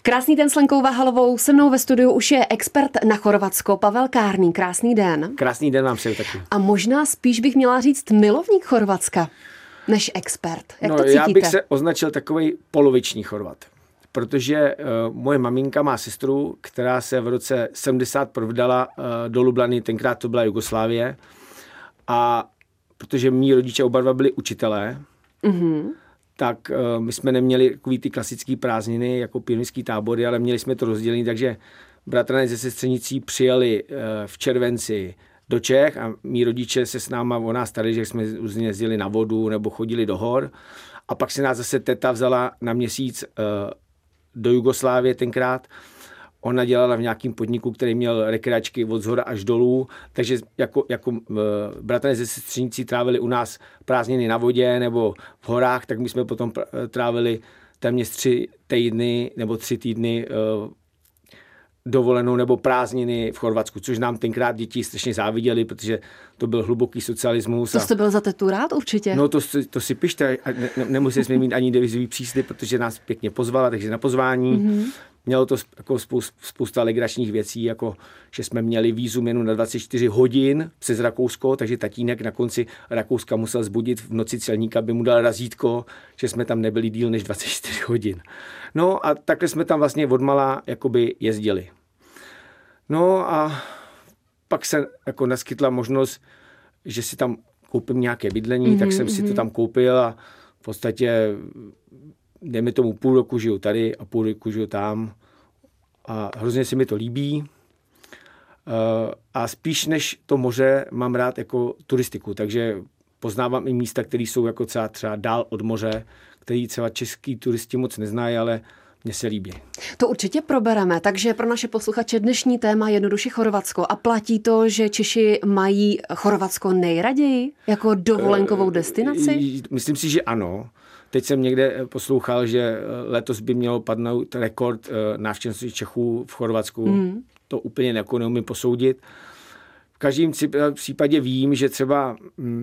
Krásný den s Lenkou Váhalovou. Se mnou ve studiu už je expert na Chorvatsko Pavel Kárný. Krásný den. Krásný den vám přeju taky. A možná spíš bych měla říct milovník Chorvatska než expert. Jak to cítíte? Já bych se označil takovej poloviční Chorvat. Protože moje maminka má sestru, která se v roce 70 provdala do Lublany, tenkrát to byla Jugoslávie. A protože mý rodiče oba dva byli učitelé, tak my jsme neměli takový ty klasické prázdniny jako pionýrský tábory, ale měli jsme to rozdělené, takže bratranec se sestřenicí přijeli v červenci do Čech a mý rodiče se s náma o nás starali, že jsme různě jezdili na vodu nebo chodili do hor. A pak se nás zase teta vzala na měsíc do Jugoslávie tenkrát. Ona dělala v nějakém podniku, který měl rekreačky od zhora až dolů, takže jako bratranec se sestřenicí trávili u nás prázdniny na vodě nebo v horách, tak my jsme potom trávili téměř 3 týdny nebo 3 týdny dovolenou nebo prázdniny v Chorvatsku, což nám tenkrát děti strašně záviděli, protože to byl hluboký socialismus. To jste byl za tetu rád určitě? No to si pište, nemuseli jsme mít ani devizový příslib, protože nás pěkně pozvala, takže na pozvání. Mělo to jako spousta legračních věcí, jako že jsme měli vízum jen na 24 hodin přes Rakousko, takže tatínek na konci Rakouska musel zbudit v noci celníka, aby mu dal razítko, že jsme tam nebyli díl než 24 hodin. No a takhle jsme tam vlastně odmala jakoby jezdili. No a pak se jako naskytla možnost, že si tam koupím nějaké bydlení, tak jsem si to tam koupil a v podstatě dejme tomu půl roku žiju tady a půl roku žiju tam a hrozně se mi to líbí a spíš než to moře mám rád jako turistiku, takže poznávám i místa, které jsou jako třeba dál od moře, který třeba český turisti moc neznají, ale mně se líbí. To určitě probereme, takže pro naše posluchače dnešní téma jednoduše Chorvatsko. A platí to, že Češi mají Chorvatsko nejraději jako dovolenkovou destinaci? Myslím si, že ano. Teď jsem někde poslouchal, že letos by mělo padnout rekord návštěvnosti Čechů v Chorvatsku. To úplně neumím posoudit. V každém případě vím, že třeba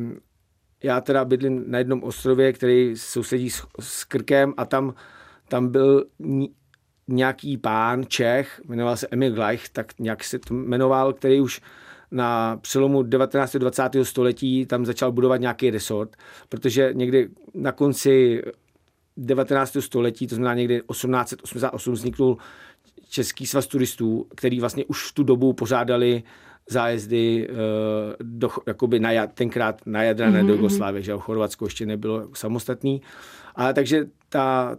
já teda bydlím na jednom ostrově, který sousedí s Krkem a tam byl nějaký pán Čech, jmenoval se Emil Gleich, tak nějak se to jmenoval, který už na přelomu 19. a 20. století tam začal budovat nějaký resort, protože někdy na konci 19. století, to znamená někdy 1888, vzniknul Český svaz turistů, který vlastně už v tu dobu pořádali zájezdy jakoby tenkrát na Jadrané do Jugoslávie, že Chorvatsko ještě nebylo samostatný. Ale takže ta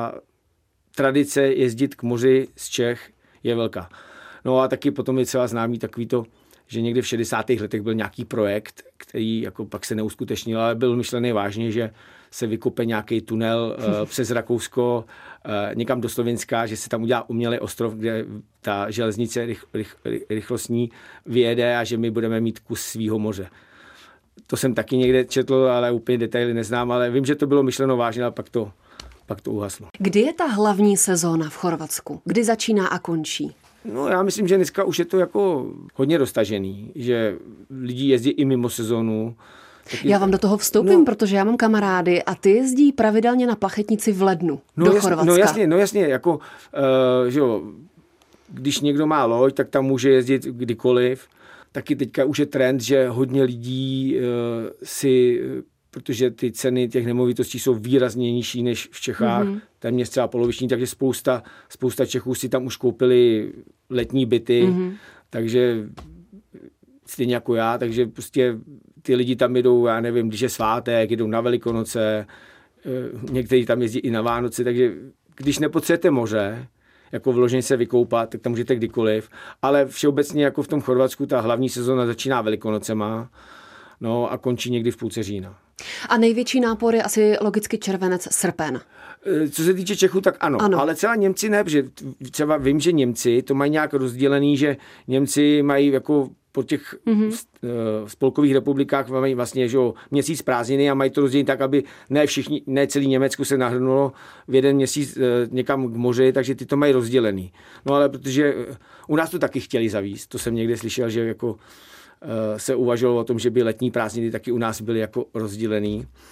tradice jezdit k moři z Čech je velká. No a taky potom je třeba známý takový to, že někdy v 60. letech byl nějaký projekt, který jako pak se neuskutečnil, ale byl myšlený vážně, že se vykope nějaký tunel přes Rakousko někam do Slovenska, že se tam udělá umělý ostrov, kde ta železnice rychlostní vyjede a že my budeme mít kus svýho moře. To jsem taky někde četl, ale úplně detaily neznám, ale vím, že to bylo myšleno vážně, ale pak to uhaslo. Kdy je ta hlavní sezóna v Chorvatsku? Kdy začíná a končí? No já myslím, že dneska už je to jako hodně roztažený, že lidi jezdí i mimo sezónu. Já vám do toho vstoupím, protože já mám kamarády a ty jezdí pravidelně na plachetnici v lednu do Chorvatska. No jasně, jako, že jo, když někdo má loď, tak tam může jezdit kdykoliv. Taky teďka už je trend, že hodně lidí protože ty ceny těch nemovitostí jsou výrazně nižší než v Čechách, téměř třeba poloviční, takže spousta Čechů si tam už koupili letní byty, takže stejně jako já, takže prostě ty lidi tam jedou, já nevím, když je svátek, jedou na Velikonoce, někteří tam jezdí i na Vánoce, takže když nepotřebujete moře, jako vložně se vykoupat, tak tam můžete kdykoliv, ale všeobecně jako v tom Chorvatsku ta hlavní sezóna začíná Velikonocema, no a končí někdy v půlce října. A největší nápor je asi logicky červenec, srpen. Co se týče Čechů, tak ano. Ale třeba Němci ne, protože třeba vím, že Němci to mají nějak rozdělený, že Němci mají jako po těch spolkových republikách mají vlastně že měsíc prázdniny a mají to rozdělený tak, aby ne celý Německo se nahrnulo v jeden měsíc někam k moři, takže ty to mají rozdělený. No ale protože u nás to taky chtěli zavíst, to jsem někde slyšel, že jako se uvažovalo o tom, že by letní prázdniny taky u nás byly jako rozdělený.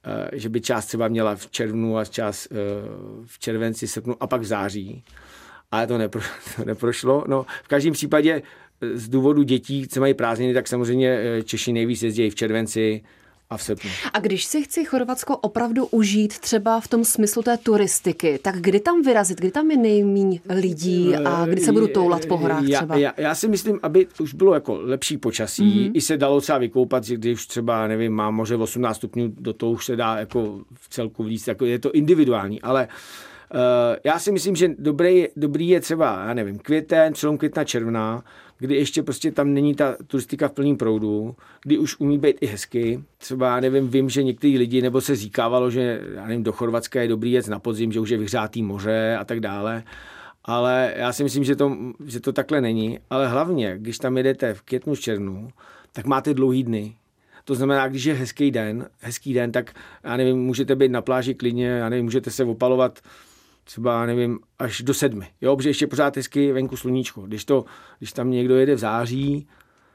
že by část třeba měla v červnu a část v červenci, srpnu a pak v září. Ale to neprošlo. No, v každém případě z důvodu dětí, co mají prázdniny, tak samozřejmě Češi nejvíc jezdí v červenci a v srpnu. A když si chci Chorvatsko opravdu užít třeba v tom smyslu té turistiky, tak kdy tam vyrazit, kdy tam je nejméně lidí a kdy se budu toulat po horách třeba? Já si myslím, aby už bylo jako lepší počasí, i se dalo třeba vykoupat, když už třeba, nevím, má moře 18 stupňů, do toho už se dá jako v celku vlízt, jako je to individuální, ale já si myslím, že dobrý je třeba, já nevím, květen, přelom května, června, kdy ještě prostě tam není ta turistika v plném proudu, kdy už umí být i hezky. Třeba, já nevím, vím, že některý lidi, nebo se říkávalo, že, já nevím, do Chorvatska je dobrý jet na podzim, že už je vyhřátý moře a tak dále. Ale já si myslím, že to takhle není. Ale hlavně, když tam jedete v květnu, červnu, tak máte dlouhý dny. To znamená, když je hezký den, tak, já nevím, můžete být na pláži klidně, já nevím, můžete se opalovat třeba, nevím, až do 7. Jo, protože ještě pořád hezky venku sluníčko. Když tam někdo jede v září,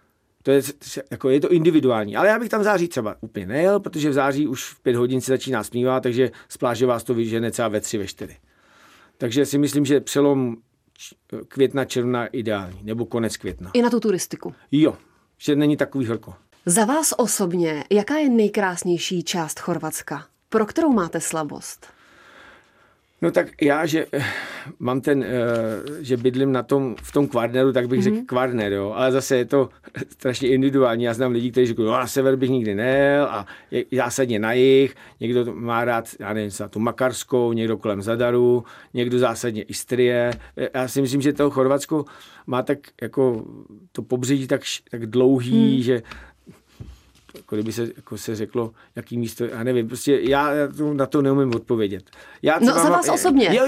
je to individuální. Ale já bych tam v září třeba úplně nejel, protože v září už v 5 hodin se začíná smívat, takže z pláže vás to vyžene třeba ve 3, ve 4. Takže si myslím, že přelom května, června ideální, nebo konec května. I na tu turistiku. Jo, že není takový horko. Za vás osobně, jaká je nejkrásnější část Chorvatska? Pro kterou máte slabost? No tak já, že mám že bydlím v tom Kvarneru, tak bych řekl Kvarner, jo. Ale zase je to strašně individuální. Já znám lidi, kteří říkají, na sever bych nikdy nejel a zásadně na jih. Někdo má rád, já nevím, tu Makarskou, někdo kolem Zadaru, někdo zásadně Istrie. Já si myslím, že to Chorvatsko má tak jako to pobřeží tak dlouhý, že jako kdyby se řeklo, jaký místo, já nevím, prostě já na to neumím odpovědět. Za vás osobně? Jo,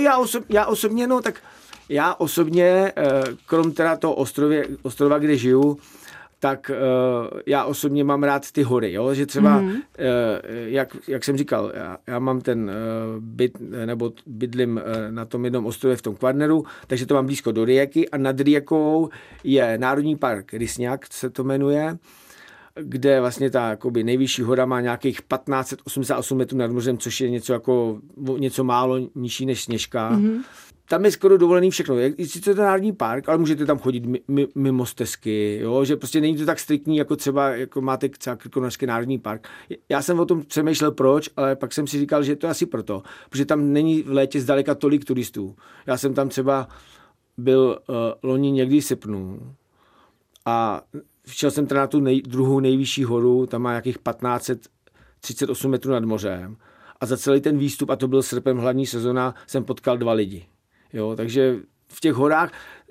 já osobně, krom teda toho ostrova, kde žiju, tak já osobně mám rád ty hory, jo? Že třeba, jak jsem říkal, já mám ten byt, nebo bydlím na tom jednom ostrově v tom Kvarneru, takže to mám blízko do Rijeky a nad Rijekou je Národní park Rysňák, se to jmenuje, kde vlastně ta jakoby nejvyšší hora má nějakých 1588 metrů nad mořem, což je něco málo nižší než Sněžka. Tam je skoro dovolený všechno. Sice je to národní park, ale můžete tam chodit mimo stezky, jo? Že prostě není to tak striktní, jako třeba jako máte třeba Krkonošský národní park. Já jsem o tom přemýšlel proč, ale pak jsem si říkal, že to je asi proto, protože tam není v létě zdaleka tolik turistů. Já jsem tam třeba byl loni někdy v srpnu a šel jsem teda na tu druhou nejvyšší horu, tam má nějakých 1538 metrů nad mořem. A za celý ten výstup, a to byl srpen, hlavní sezona, jsem potkal 2 lidi. Jo, takže v těch horách,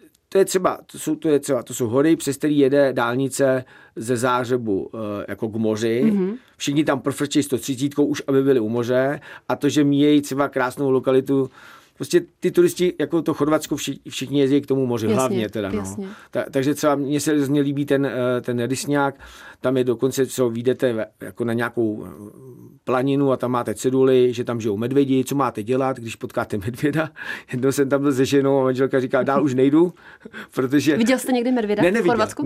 to jsou hory, přes který jede dálnice ze Záhřebu jako k moři. Všichni tam profrčí 130 už, aby byli u moře. A to, že míjejí třeba krásnou lokalitu, prostě ty turisti, jako to Chorvatsko, všichni jezdí k tomu moři, hlavně teda. No. Takže třeba mně se hrozně líbí ten Rysňák, tam je dokonce, co vyjdete jako na nějakou planinu a tam máte ceduly, že tam žijou medvědi, co máte dělat, když potkáte medvěda. Jednou jsem tam byl se ženou a manželka říká, dál už nejdu, protože... Viděl jste někdy medvěda v Chorvatsku?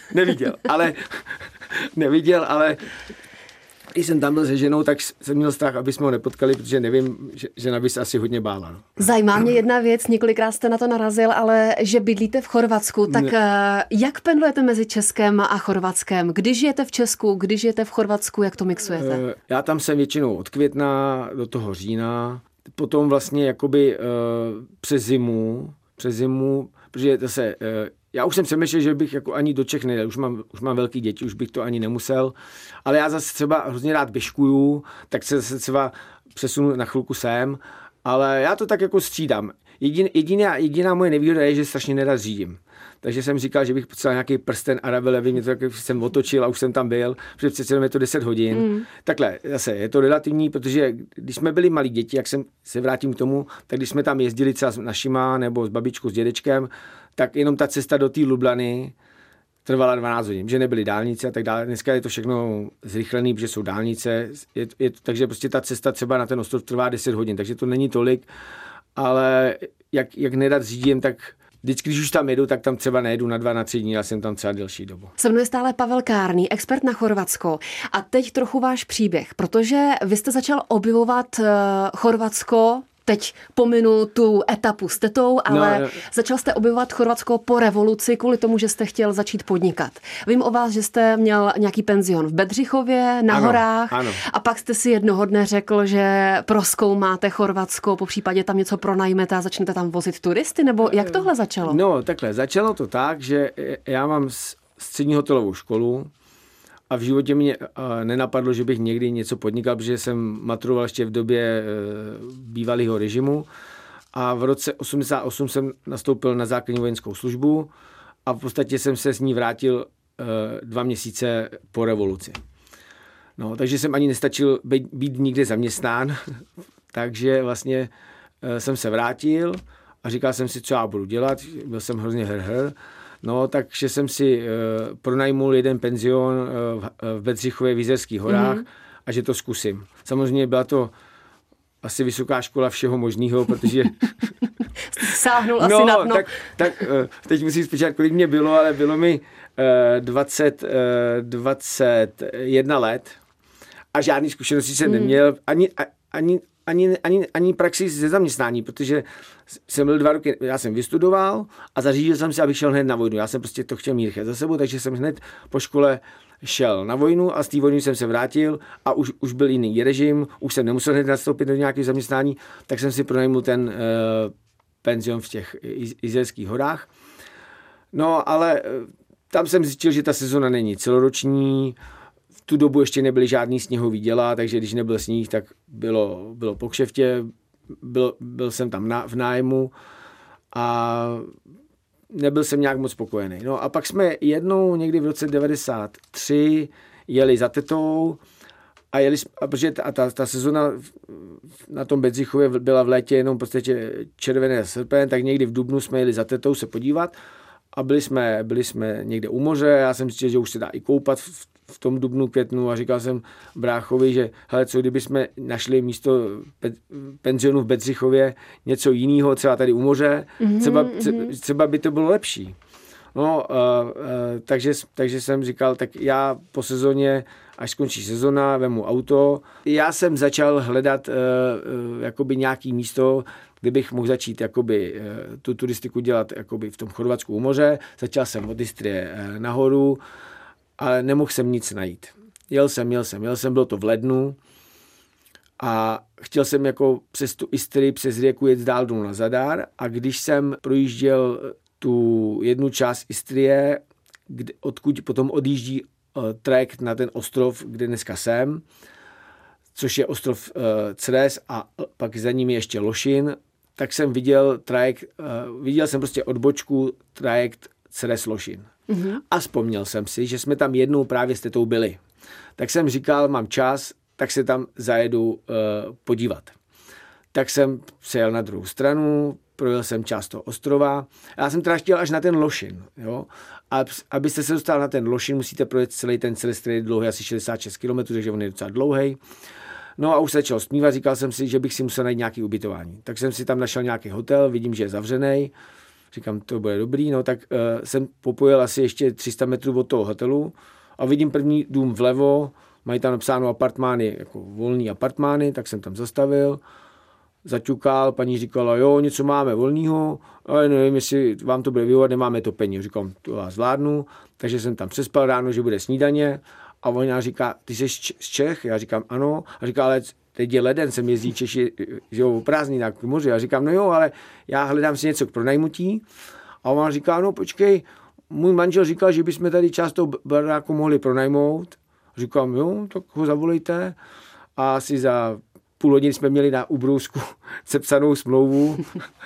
Neviděl, ale když jsem tam byl se ženou, tak jsem měl strach, aby jsme ho nepotkali, protože nevím, že žena by se asi hodně bála. No. Zajímá mě jedna věc, několikrát jste na to narazil, ale že bydlíte v Chorvatsku, tak jak pendlujete mezi Českem a Chorvatskem? Když žijete v Česku, když žijete v Chorvatsku, jak to mixujete? Já tam jsem většinou od května do toho října, potom vlastně jakoby přes zimu, protože zase... Já už jsem přemýšlel, že bych jako ani do Čech nejel, už mám velký děti, už bych to ani nemusel, ale já zase třeba hrozně rád běžkuju, tak se zase třeba přesunu na chvilku sem, ale já to tak jako střídám. Jediná moje nevýhoda je, že strašně nerad řídím. Takže jsem říkal, že bych potřeboval nějaký prsten Aravel, aby mě to tak jsem otočil a už jsem tam byl, protože přece jenom je to 10 hodin. Takhle, zase je to relativní, protože když jsme byli malí děti, jak se vrátím k tomu, tak když jsme tam jezdili třeba s našima nebo s babičkou, s dědečkem, tak jenom ta cesta do té Lublany trvala 12 hodin, že nebyly dálnice a tak dále. Dneska je to všechno zrychlený, protože jsou dálnice, takže prostě ta cesta třeba na ten ostrov trvá 10 hodin, takže to není tolik, ale jak nerad řídím, tak vždycky, když už tam jedu, tak tam třeba nejedu na 2, na 3 dní, já jsem tam třeba delší dobu. Se mnou je stále Pavel Kárný, expert na Chorvatsko. A teď trochu váš příběh, protože vy jste začal objevovat Chorvatsko. Teď pominu tu etapu s tetou, ale začal jste objevovat Chorvatsko po revoluci kvůli tomu, že jste chtěl začít podnikat. Vím o vás, že jste měl nějaký penzion v Bedřichově, na horách, ano. A pak jste si jednoho dne řekl, že prozkoumáte Chorvatsko, po případě tam něco pronajmete a začnete tam vozit turisty, nebo jak tohle začalo? No, takhle. Začalo to tak, že já mám střední hotelovou školu, a v životě mě nenapadlo, že bych někdy něco podnikal, protože jsem maturoval ještě v době bývalého režimu a v roce 88 jsem nastoupil na základní vojenskou službu a v podstatě jsem se s ní vrátil 2 měsíce po revoluci. No, takže jsem ani nestačil být nikde zaměstnán, takže vlastně jsem se vrátil a říkal jsem si, co já budu dělat, byl jsem hrozně hr. No, takže jsem si pronajmul jeden penzion v Bedřichově v Jizerských horách a že to zkusím. Samozřejmě byla to asi vysoká škola všeho možného, protože... Sáhnul asi na dno. Tak teď musím spočítat, kolik mě bylo, ale bylo mi 21 let a žádný zkušenosti jsem neměl, ani praxi ze zaměstnání, protože jsem byl 2 roky, já jsem vystudoval a zařídil jsem si, abych šel hned na vojnu. Já jsem prostě to chtěl mít za sebou, takže jsem hned po škole šel na vojnu a z té vojny jsem se vrátil a už byl jiný režim, už jsem nemusel hned nastoupit do nějakého zaměstnání, tak jsem si pronajmul ten penzion v těch Jizerských horách. No, ale tam jsem zjistil, že ta sezona není celoroční. V tu dobu ještě nebyly žádný sněhový děla, takže když nebyl sníh, tak bylo po kšeftě. Byl jsem tam v nájmu a nebyl jsem nějak moc spokojený. No a pak jsme jednou někdy v roce 93 jeli za tetou a jeli, protože ta sezona na tom Bedřichově byla v létě jenom v podstatě červený a srpen, tak někdy v dubnu jsme jeli za tetou se podívat a byli jsme někde u moře. Já jsem zjistil, že už se dá i koupat v tom dubnu, květnu a říkal jsem bráchovi, že hele, co kdyby jsme našli místo penzionu v Bedřichově něco jiného, třeba tady u moře, třeba by to bylo lepší. No, takže jsem říkal, tak já po sezóně, až skončí sezona, vemu auto. Já jsem začal hledat jakoby nějaký místo, kde bych mohl začít jakoby, tu turistiku dělat jakoby v tom Chorvatsku u moře. Začal jsem od Istrie nahoru, ale nemohl jsem nic najít. Jel jsem, bylo to v lednu a chtěl jsem jako přes tu Istrii, přes řeku jet dál dolů na Zadar a když jsem projížděl tu jednu část Istrie, odkud potom odjíždí trajekt na ten ostrov, kde dneska jsem, což je ostrov Cres a pak za ním je ještě Lošin, tak jsem viděl trajekt, viděl jsem prostě odbočku trajekt Cres-Lošin. A vzpomněl jsem si, že jsme tam jednou právě s tetou byli. Tak jsem říkal, mám čas, tak se tam zajedu podívat. Tak jsem se jel na druhou stranu, projel jsem část toho ostrova. Já jsem teda chtěl až na ten Lošin. Jo? A abyste se dostal na ten Lošin, musíte projet celý ten Cres, který je dlouhý asi 66 km, takže on je docela dlouhý. No a už se začalo smívat, říkal jsem si, že bych si musel najít nějaké ubytování. Tak jsem si tam našel nějaký hotel, vidím, že je zavřený. Říkám, to bude dobrý, no tak jsem popojel asi ještě 300 metrů od toho hotelu a vidím první dům vlevo, mají tam napsáno apartmány, jako volný apartmány, tak jsem tam zastavil, zaťukal, paní říkala, jo, něco máme volného, ale nevím, jestli vám to bude vyhovovat, nemáme topení. Říkám, to já zvládnu, takže jsem tam přespal ráno, že bude snídaně a ona říká, ty jsi z Čech? Já říkám, ano. A říká, ale teď je leden, sem jezdí Češi, že jo, prázdninách k moři. Já říkám, no jo, ale já hledám si něco k pronajmutí. A ona říká, no počkej, můj manžel říkal, že bychom tady část toho baráku mohli pronajmout. Říkám, jo, tak ho zavolejte. A asi za půl hodiny jsme měli na ubrousku sepsanou smlouvu.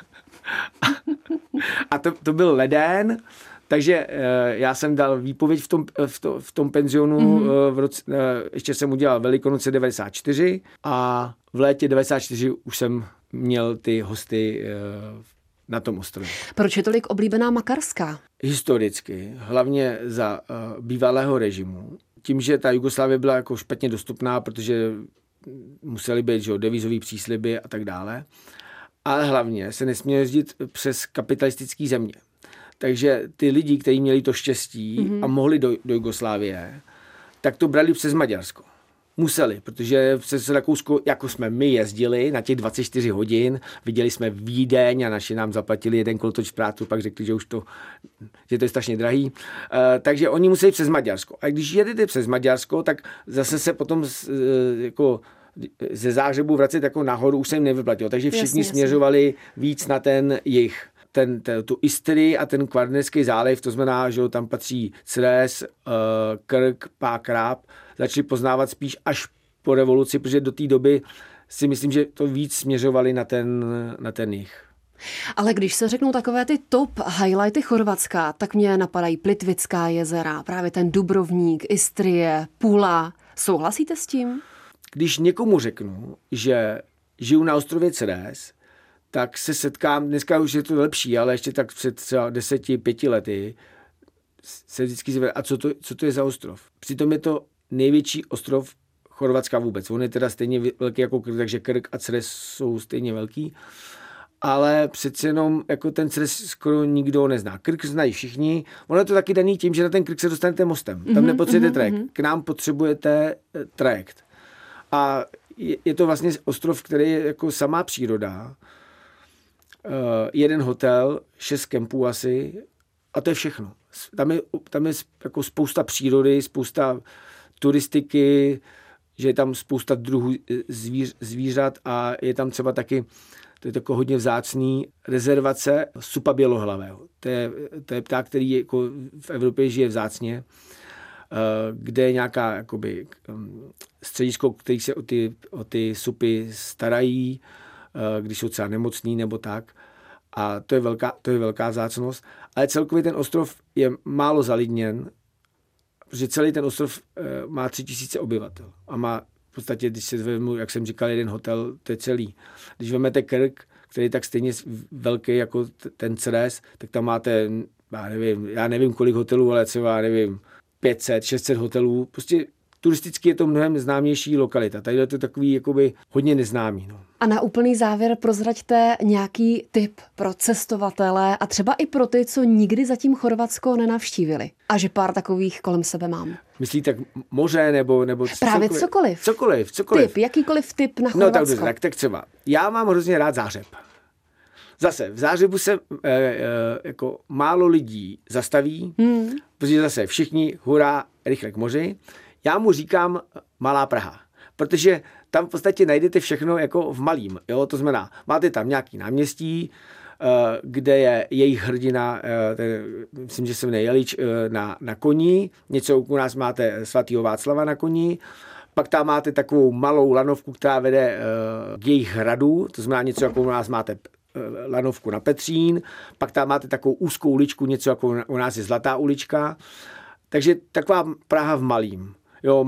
A to byl leden. Takže já jsem dal výpověď v tom penzionu, ještě jsem udělal Velikonoce 94 a v létě 94 už jsem měl ty hosty na tom ostrově. Proč je tolik oblíbená Makarska? Historicky, hlavně za bývalého režimu. Tím, že ta Jugoslávie byla jako špatně dostupná, protože musely být devizový přísliby a tak dále. Ale hlavně se nesměl jezdit přes kapitalistické země. Takže ty lidi, kteří měli to štěstí a mohli do Jugoslávie, tak to brali přes Maďarsko. Museli, protože přes Rakousko, jako jsme my jezdili na těch 24 hodin, viděli jsme Vídeň a naši nám zaplatili jeden kolotoč prátu, pak řekli, že že to je strašně drahý. Takže oni museli přes Maďarsko. A když jedete přes Maďarsko, tak zase se potom jako ze Záhřebu vracet jako nahoru už se jim nevyplatilo. Takže všichni směřovali víc na ten jih. Tu Istrii a ten Kvarnerský záliv, to znamená, že tam patří Cres, Krk, Pákráp, začali poznávat spíš až po revoluci, protože do té doby si myslím, že to víc směřovali na ten jih. Ale když se řeknou takové ty top highlighty Chorvatska, tak mě napadají Plitvická jezera, právě ten Dubrovník, Istrie, Pula. Souhlasíte s tím? Když někomu řeknu, že žiju na ostrově Cres, tak se setkám, dneska už je to lepší, ale ještě tak před třeba 10-5 lety se vždycky zvedá, a co to je za ostrov? Přitom je to největší ostrov Chorvatska vůbec. On je teda stejně velký jako Krk, takže Krk a Cres jsou stejně velký, ale přece jenom jako ten Cres skoro nikdo nezná. Krk znají všichni, ono je to taky daný tím, že na ten Krk se dostanete mostem. Tam nepotřebujete trajekt. K nám potřebujete trajekt. A je to vlastně ostrov, který je jako samá příroda, jeden hotel, 6 kempů asi a to je všechno. Tam je jako spousta přírody, spousta turistiky, že je tam spousta druhů zvířat a je tam třeba taky, to je tako hodně vzácný, rezervace supa bělohlavého. To je pták, který jako v Evropě žije vzácně, kde je nějaká jakoby středisko, který se o ty supy starají, když jsou třeba nemocný nebo tak. A to je velká vzácnost. Ale celkově ten ostrov je málo zalidněn, protože celý ten ostrov má 3000 obyvatel. A má v podstatě, když se vezmu, jak jsem říkal, jeden hotel, to je celý. Když vezmete Krk, který je tak stejně velký jako ten Cres, tak tam máte, já nevím kolik hotelů, ale třeba, 500, 600 hotelů. Prostě turisticky je to mnohem známější lokalita. Tady je to takový jakoby hodně neznámý. No. A na úplný závěr prozraďte nějaký tip pro cestovatele a třeba i pro ty, co nikdy zatím Chorvatsko nenavštívili. A že pár takových kolem sebe mám. Myslíte moře nebo právě cokoliv. Tip, jakýkoliv tip na Chorvatsko. No tak třeba. Já mám hrozně rád Záhřeb. Zase v Záhřebu se jako málo lidí zastaví, protože zase všichni hurá rychle k moři. Já mu říkám Malá Praha, protože tam v podstatě najdete všechno jako v malým. Jo? To znamená, máte tam nějaký náměstí, kde je jejich hrdina, myslím, že se jmenuje Jelič, na koni. Něco u nás máte svatýho Václava na koni. Pak tam máte takovou malou lanovku, která vede k jejich hradu. To znamená něco, jako u nás máte lanovku na Petřín. Pak tam máte takovou úzkou uličku, něco jako u nás je Zlatá ulička. Takže taková Praha v malým. Jo,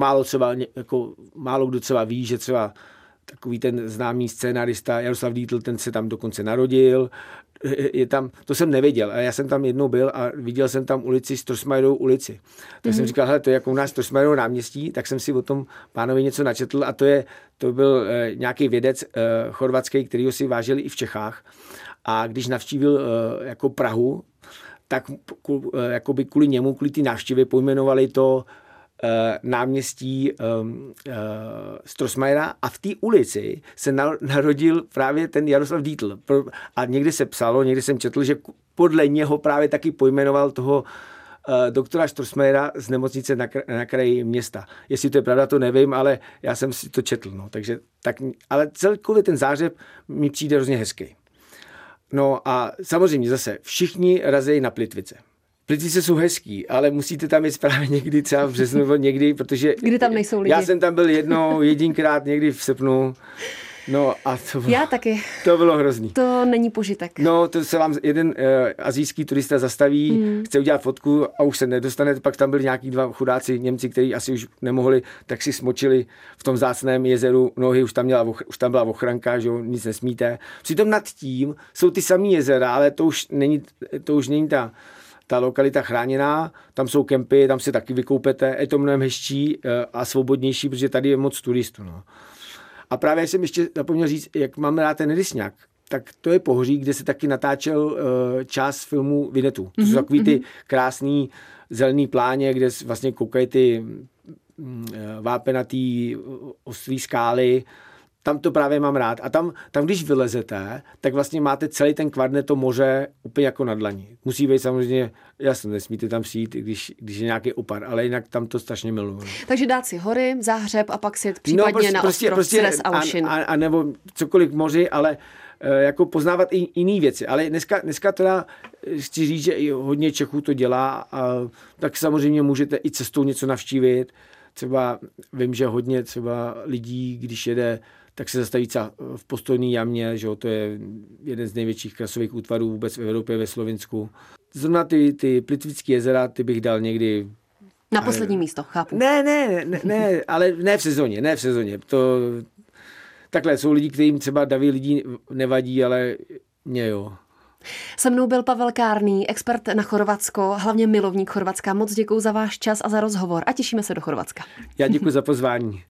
málo kdo třeba ví, že třeba takový ten známý scénarista Jaroslav Dietl, ten se tam dokonce narodil. Je tam, to jsem nevěděl, ale já jsem tam jednou byl a viděl jsem tam ulici Strossmayerovu ulici. Tak jsem říkal, hele, to je jako u nás Strossmayerovo náměstí, tak jsem si o tom pánovi něco načetl a to byl nějaký vědec chorvatský, kterýho si vážili i v Čechách. A když navštívil jako Prahu, tak jakoby kvůli němu, kvůli té návštěvě pojmenovali to náměstí Strossmayera a v té ulici se narodil právě ten Jaroslav Dietl. A někde se psalo, někde jsem četl, že podle něho právě taky pojmenoval toho doktora Strossmayera z nemocnice na kraji města. Jestli to je pravda, to nevím, ale já jsem si to četl. No. Takže, ale celkově ten Záhřeb mi přijde hrozně hezký. No a samozřejmě zase všichni razejí na Plitvice. Plitvice jsou hezký, ale musíte tam jít právě někdy, třeba v březnu nebo někdy, protože... Kdy tam nejsou lidi. Já jsem tam byl jedinkrát někdy v srpnu. No a já taky. To bylo hrozný. To není požitek. No, to se vám jeden asijský turista zastaví, chce udělat fotku a už se nedostane. Pak tam byli nějaký 2 chudáci Němci, kteří asi už nemohli, tak si smočili v tom vzácném jezeru nohy, už tam byla ochranka, že jo, nic nesmíte. Přitom nad tím jsou ty samý jezera, ale to už není ta lokalita chráněná, tam jsou kempy, tam se taky vykoupete, je to mnohem hezčí a svobodnější, protože tady je moc turistů. No. A právě jsem ještě zapomněl říct, jak máme rád ten rysňák. tak to je Pohoří, kde se taky natáčel část filmu Vinetu. To jsou takový ty krásný zelený pláně, kde vlastně koukají ty vápenatý ostrý skály. Tam to právě mám rád. A tam když vylezete, tak vlastně máte celý ten Kvarnet, to moře úplně jako na dlani. Musí být samozřejmě, jasně, nesmíte tam přijít, když je nějaký opar, ale jinak tam to strašně miluju. Takže dát si hory, Záhřeb a pak si případně na ostrov Cres a Ušin. A nebo cokoliv k moři, ale jako poznávat i jiné věci. Ale dneska teda chci říct, že i hodně Čechů to dělá, tak samozřejmě můžete i cestou něco navštívit. Třeba vím, že hodně třeba lidí, když jede, tak se zastaví v Postojné jamě, že to je jeden z největších krasových útvarů vůbec v Evropě, ve Slovinsku. Zrovna ty Plitvické jezera, ty bych dal někdy... Na poslední místo, chápu. Ne, ale ne v sezóně. Takhle, jsou lidi, kterým třeba davy lidí nevadí, ale mě jo. Se mnou byl Pavel Kárný, expert na Chorvatsko, hlavně milovník Chorvatska. Moc děkuju za váš čas a za rozhovor a těšíme se do Chorvatska. Já děkuji za pozvání.